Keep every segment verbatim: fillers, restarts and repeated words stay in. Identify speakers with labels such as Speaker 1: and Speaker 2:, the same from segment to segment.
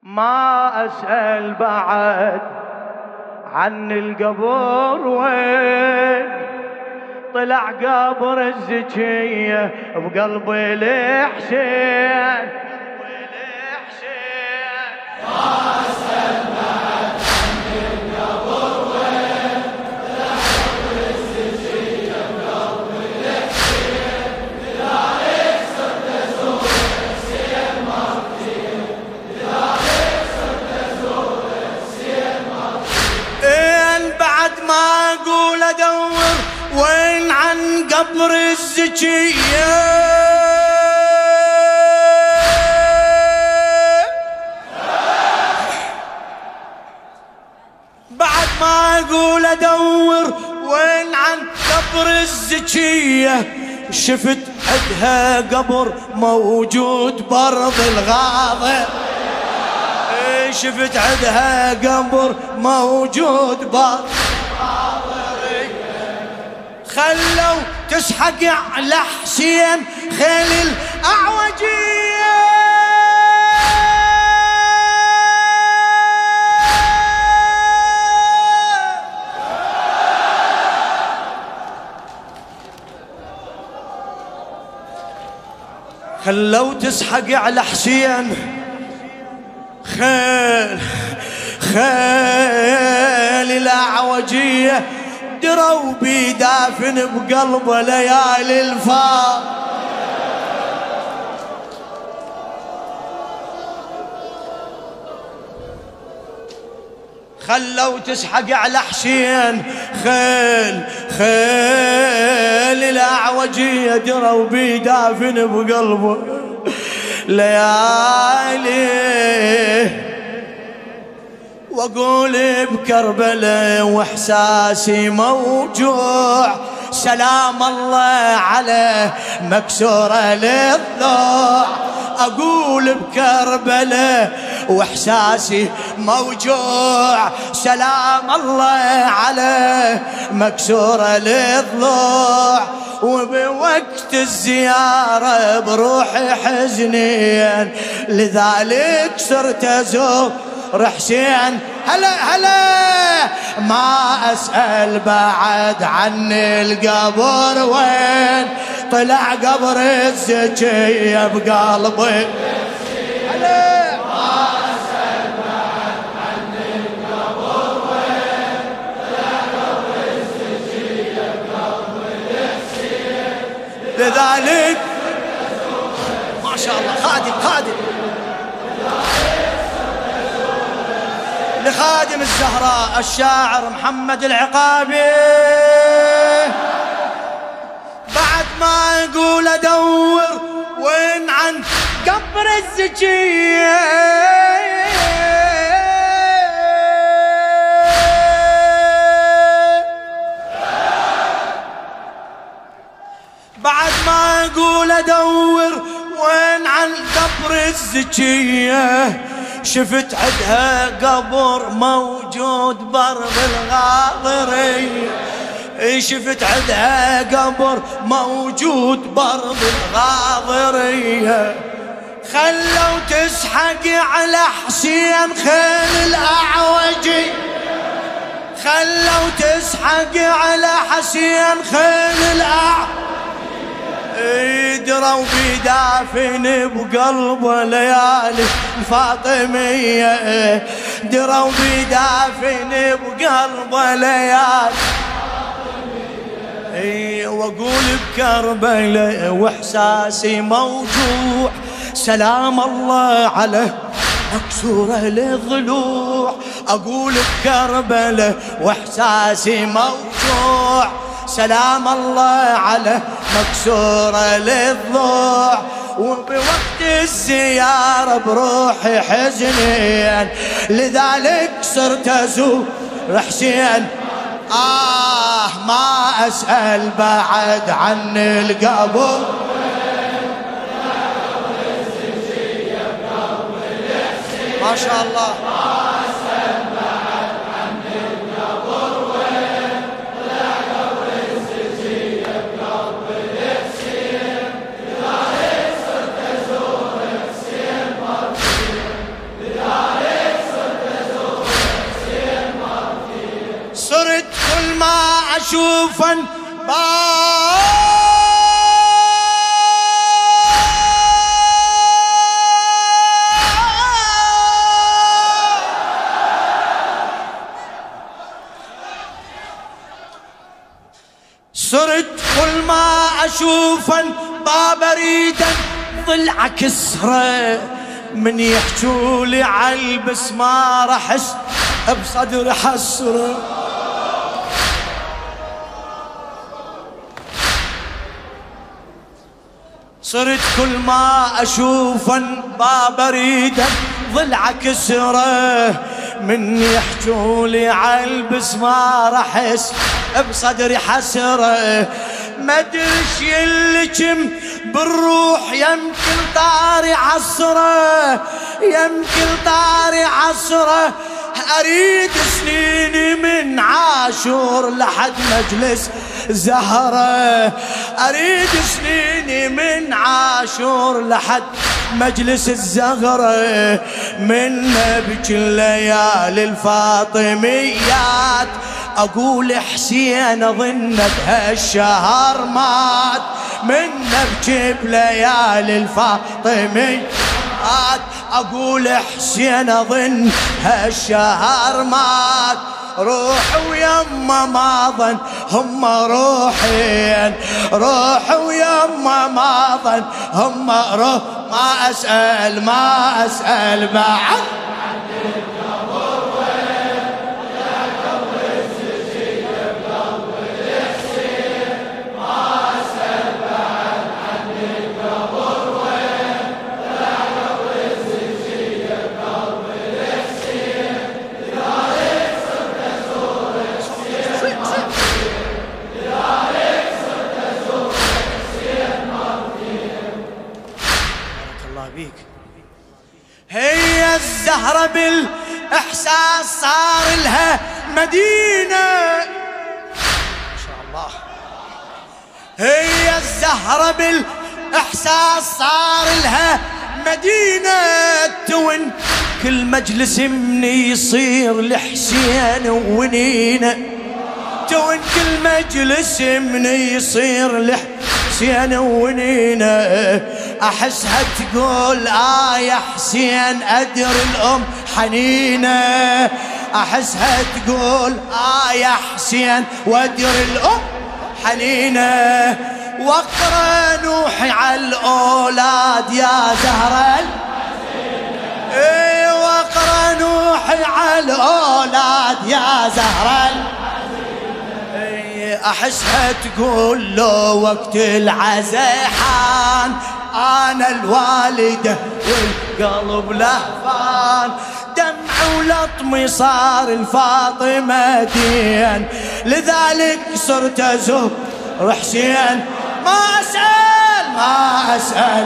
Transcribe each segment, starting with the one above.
Speaker 1: ما أسأل بعد عن القبر وين طلع قبر الزكية بقلبي الحسين.
Speaker 2: ما أسأل بعد عن القبر وين طلع قبر الزكية بقلبي الحسين. لذلك صرت أزور الحسين مرتين لذلك صرت أزور الحسين مرتين.
Speaker 1: بعد ما أقول أدور وين عن قبر الزكية بعد ما أقول أدور وين عن قبر الزكية شفت عدها قبر موجود برض الغاضب. شفت عدها قبر موجود برض خلوا تسحق على حسين خيل الأعوجية. خلوا تسحق على حسين خيل خيل الأعوجية دروا بيدافن بقلبه ليالي الفار. خلوا تسحق على حسين خيل خيل الأعوجية دروا بيدافن بقلبه ليالي. واقول بكربلاء واحساسي موجوع سلام الله عليه مكسوره للضلوع. اقول بكربلاء واحساسي موجوع سلام الله عليه مكسوره للضلوع. وبوقت الزياره بروحي حزنين لذلك صرت ازور حسين. هلا هلا ما أسأل بعد عن القبر وين طلع قبر الزكية بقلبي. هلا
Speaker 2: ما أسأل بعد عن القبر وين طلع قبر الزكية بقلبي الحسين.
Speaker 1: لذلك ما شاء الله خادم خادم لخادم الزهراء الشاعر محمد العقابي. بعد ما أقول أدور وين عن قبر الزكية بعد ما أقول أدور وين عن قبر الزكية شفت عدها قبر موجود برض الغاضرية. شفت عدها قبر موجود برض الغاضرية. خلوا تسحق على حسين خيل الأعوجي خلوا تسحق على حسين خيل الأعوجي. دروا بيدافن بقلبه ليالي الفاطمية دروا بيدافن بقلبه ليالي. واقول بكربلاء واحساسي موجوع سلام الله عليه مكسوره للضلوع. اقول بكربلاء واحساسي موجوع سلام الله عليه مكسوره للضلوع. وبوقت الزيارة بروحي حزنين لذلك صرت أزور حسين. آه ما أسأل بعد عن القبر ما شاء الله.
Speaker 2: لذلك
Speaker 1: أشوفا صرت كل ما أشوفا باب أريدا ضلع كسره، من يحجولي عالبس ما راح أحس بصدر حسره. صرت كل ما أشوفا باب أريدا ضلع كسره، من يحجولي عالبس ما راح أحس بصدري حسره. ما ادري اللي كم بالروح يمكن طاري عصره، يمكن طاري عصره. اريد سنيني من عاشور لحد مجلس زهره، اريد سنيني من عاشور لحد مجلس الزهره. من بكل ليالي الفاطميات اقول حسين اظن بهالشهر مات، من نبكي بليالي الفاطميات اقول حسين اظن هالشهر مات. روح ويما ما ظن هم روحين، روح ويما ما ظن هم روح. ما اسال ما اسال بعد بيك. هي الزهرة بالإحساس صار لها مدينة، ما شاء الله. هي الزهرة بالإحساس صار لها مدينة، تون كل مجلس مني يصير لحسين ونينة، تون كل مجلس مني يصير لحسين ونينة. أحسها تقول آه يا حسين أدري الأم حنينة، أحسها تقول آه يا حسين وأدري الأم حنينة. واقرأ نوحي على الأولاد يا زهرة، إيه واقرأ نوحي على الأولاد يا زهرة. أحسها تقول له وقت العزيحان أنا الوالدة والقلب لهفان، دمع ولطمي صار الفاطمة دين، لذلك صرت أزور حسين. ما أسأل ما أسأل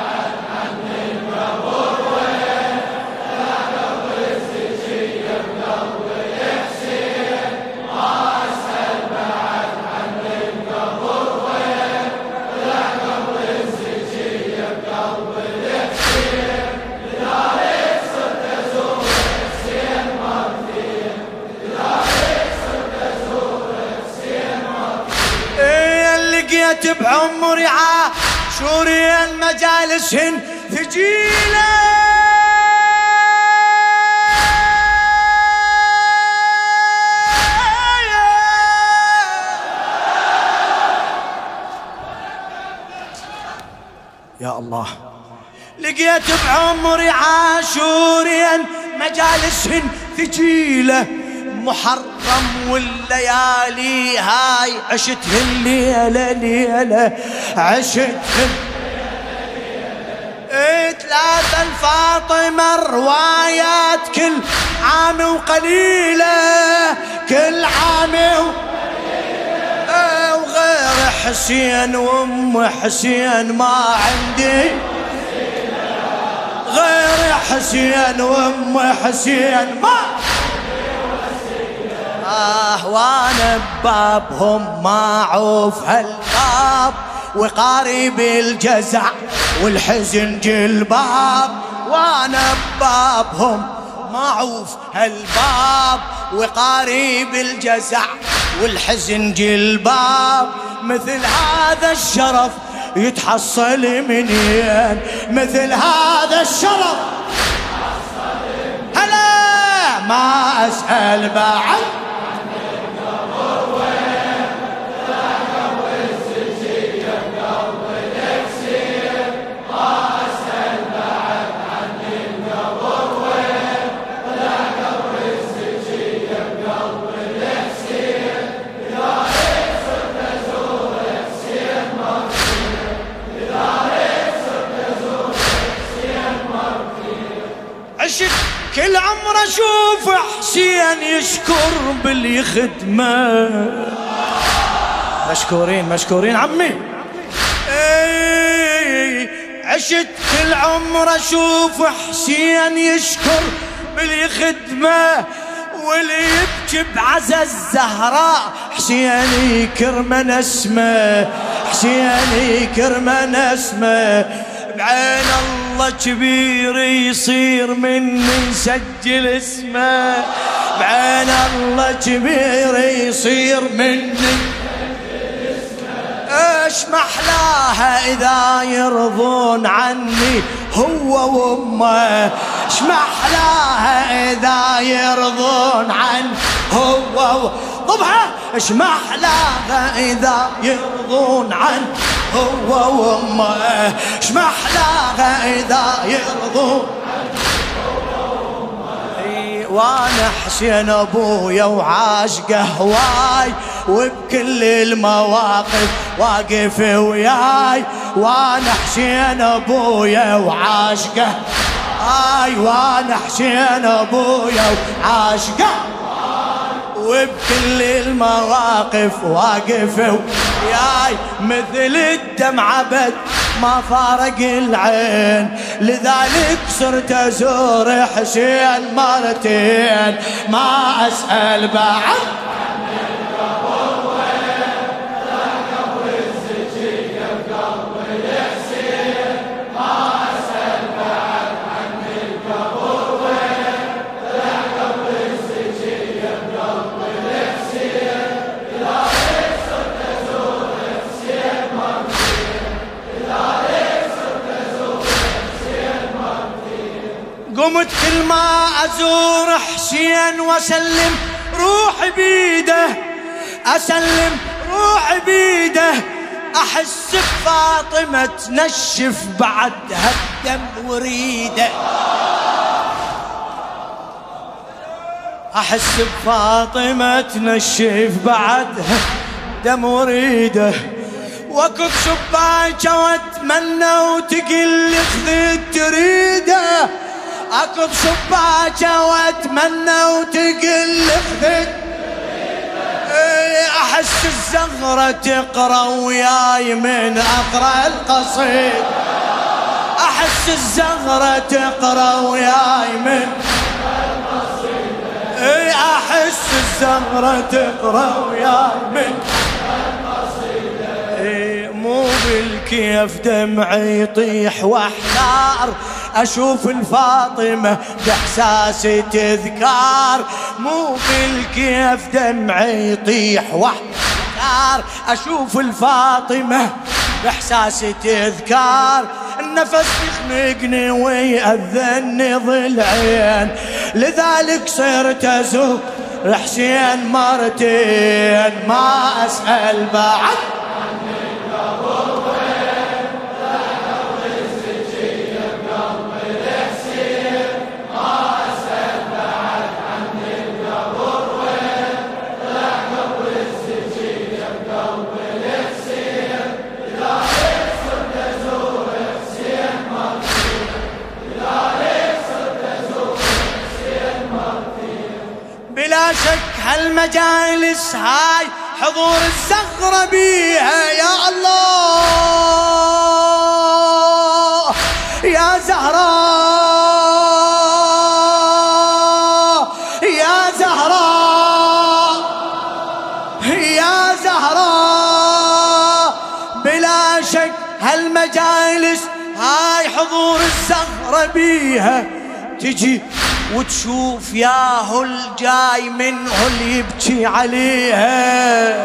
Speaker 1: بعمري عاشوري المجالسهن ثقيلة، يا الله. لقيت بعمري عاشوري مجالسهن ثقيلة، محرم والليالي هاي عشتهن ليلة ليلة عشتهن. ثلاثة الفاطمة الروايات كل عام وقليلة، كل عام وقليلة. وغير حسين وام حسين ما عندي، غير حسين وام حسين ما آه. وانا ببابهم ما اعوف هالباب، وقارب الجزع والحزن جلباب. وانا ببابهم معوف هالباب وقارب الجزع والحزن جلباب. مثل هذا الشرف يتحصل منين؟ مثل هذا الشرف هلا ما أسأل بعد كل عمر اشوف حسين يشكر بالخدمة. مشكورين مشكورين عمي. اي عشت كل عمر اشوف حسين يشكر بالخدمة واللي يبكي بعزا الزهراء حسين يكرمن اسمه حسين يكرمن اسمه. بعين الله كبير يصير من نسجل اسمه بعين الله كبير يصير من ايش محلاها اذا يرضون عني هو وامه. ايش محلاها اذا يرضون عني هو طبعا. ايش محلاها اذا يرضون عني هو وامه. ايش محلاها اذا يرضون وانا حسين ابويا وعاشقه هواي وبكل المواقف واقف وياي. وانا حسين ابويا وعاشقه هاي وانا حسين ابويا وعاشقه وبكل المواقف واقف وياي. مثل الدمعة بد ما فارق العين لذلك صرت ازور حسين مرتين. ما اسأل بعد قمت كل ما ازور حسين واسلم روحي بيده اسلم روحي بيده. احس بفاطمه تنشف بعدها الدم وريده. احس بفاطمه تنشف بعدها دم وريده. وكب شباكه واتمنى وتقل خذت تريده. اكب شباكه واتمنى وتقل خذت. احس الزغره تقرا وياي من اقرا القصيد. احس الزغره تقرا وياي من اي احس الزغره تقرا وياي من اي. مو بالكيف دمعي يطيح واحتار اشوف الفاطمه باحساسي تذكار. مو بالكيف دمعي يطيح واحتار اشوف الفاطمه باحساسي تذكار. النفس يخنقني ويأذني ضلعين لذلك صرت ازور حسين مرتين. ما اسأل بعد بلا شك هالمجالس هاي حضور الزغرة بيها. يا الله يا زهراء يا زهراء يا زهراء. بلا شك هالمجالس هاي حضور الزغرة بيها تجي وتشوف ياهو الجاي منه اللي يبكي عليها،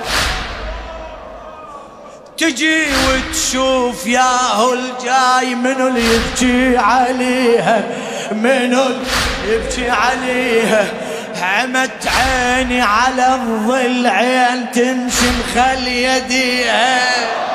Speaker 1: تجي وتشوف ياهو الجاي منو اللي يبكي عليها، منو اللي يبكي عليها. عمت عيني على الضلعين تمشي مخل يديها،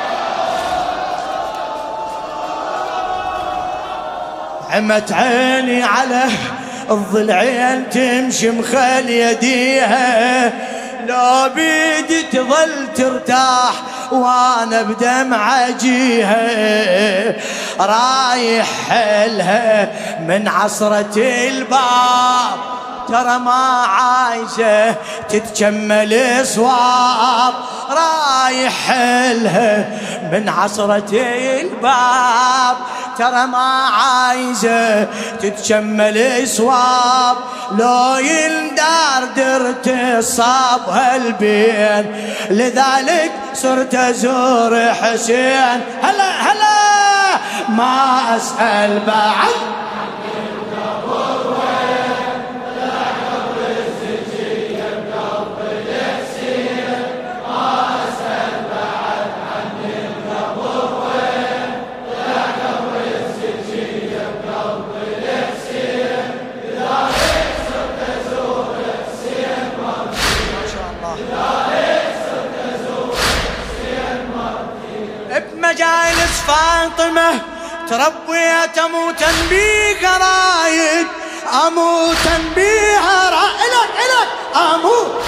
Speaker 1: عمت عيني على الضلعين تمشي مخل يديها. لو بيدي تظل ترتاح وانا بدمع جيها، رايح حلها من عصرة الباب، ترى ما عايشة تتجمل صواب. رايح حلها من عصرة الباب، ترى ما عايزة تتجمل صواب. لو يندار درت الصاب هالبين، لذلك صرت ازور حسين. هلا هلا ما اسأل بعد مجالس فاطمة تربيت أموتا بيها رايد، أموتا بيها رايد، إلك أموت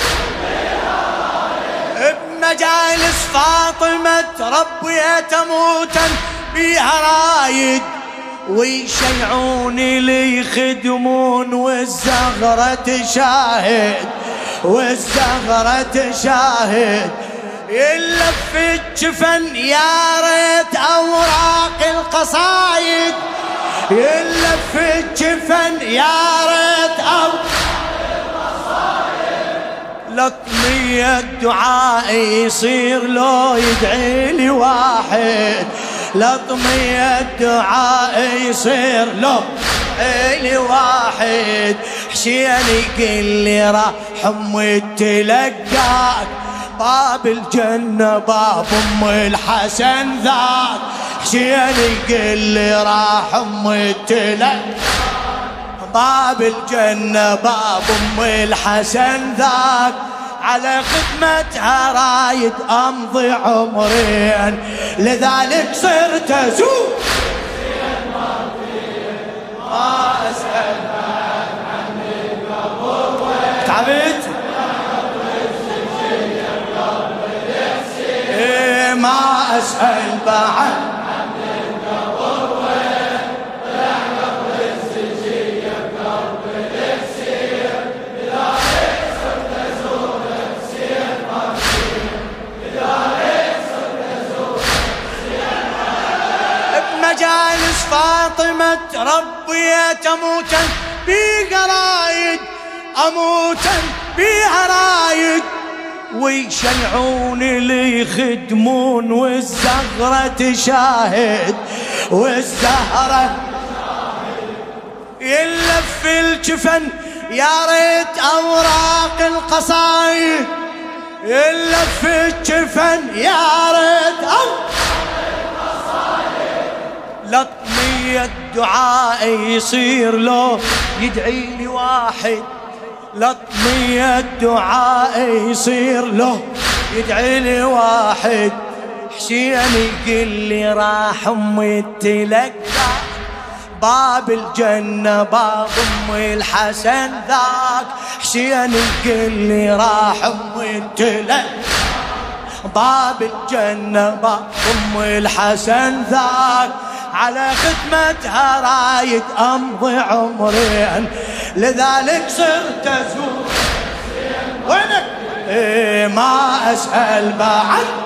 Speaker 1: بمجالس فاطمة تربيت أموتا بيها رايد. ويشيعوني لي يخدمون والزغرة تشاهد، والزغرة تشاهد. يلف الجفن يا ريت أوراق القصايد، يلف الجفن يا ريت أوراق القصايد. لطمي الدعاء يصير لو يدعي لي واحد، لطمي الدعاء يصير لو يدعي لي واحد. حسين يقول لي راح أمي تلقاك، باب الجنة باب أم الحسن ذاك. حسين يقول لي راح أمي تلقاك، باب الجنة باب أم الحسن ذاك. على خدمتها رايد أمضي عمرين، لذلك صرت أزور ما أسأل بعد عني القبر وين تعبت ما أسأل بعد عن القبر وين طلع قبر السجية بقلب الحسين. لذلك صرت أزور حسين مرتين، لذلك صرت أزور حسين مرتين. بمجالس فاطمة تربيت أموتا بيها رايد، أموتا بيها رايد. ويشيعوني لي يخدمون والزهرة تشاهد، والزهرة يلف الجفن يا ريت أوراق القصايد، يلف الجفن يا ريت أوراق القصايد. لطمي الدعاء يصير لو يدعي لي واحد، لطمي الدعاء يصير له يدعي لي واحد. حسين يقول لي راح أمي تلقى، باب الجنة باب أم الحسن ذاك. حسين يقول لي راح أمي تلقى، باب الجنة باب أم الحسن ذاك. على خدمتها رايد أمضي عمرين، لذلك صرت أزور وينك إيه ما أسأل بعد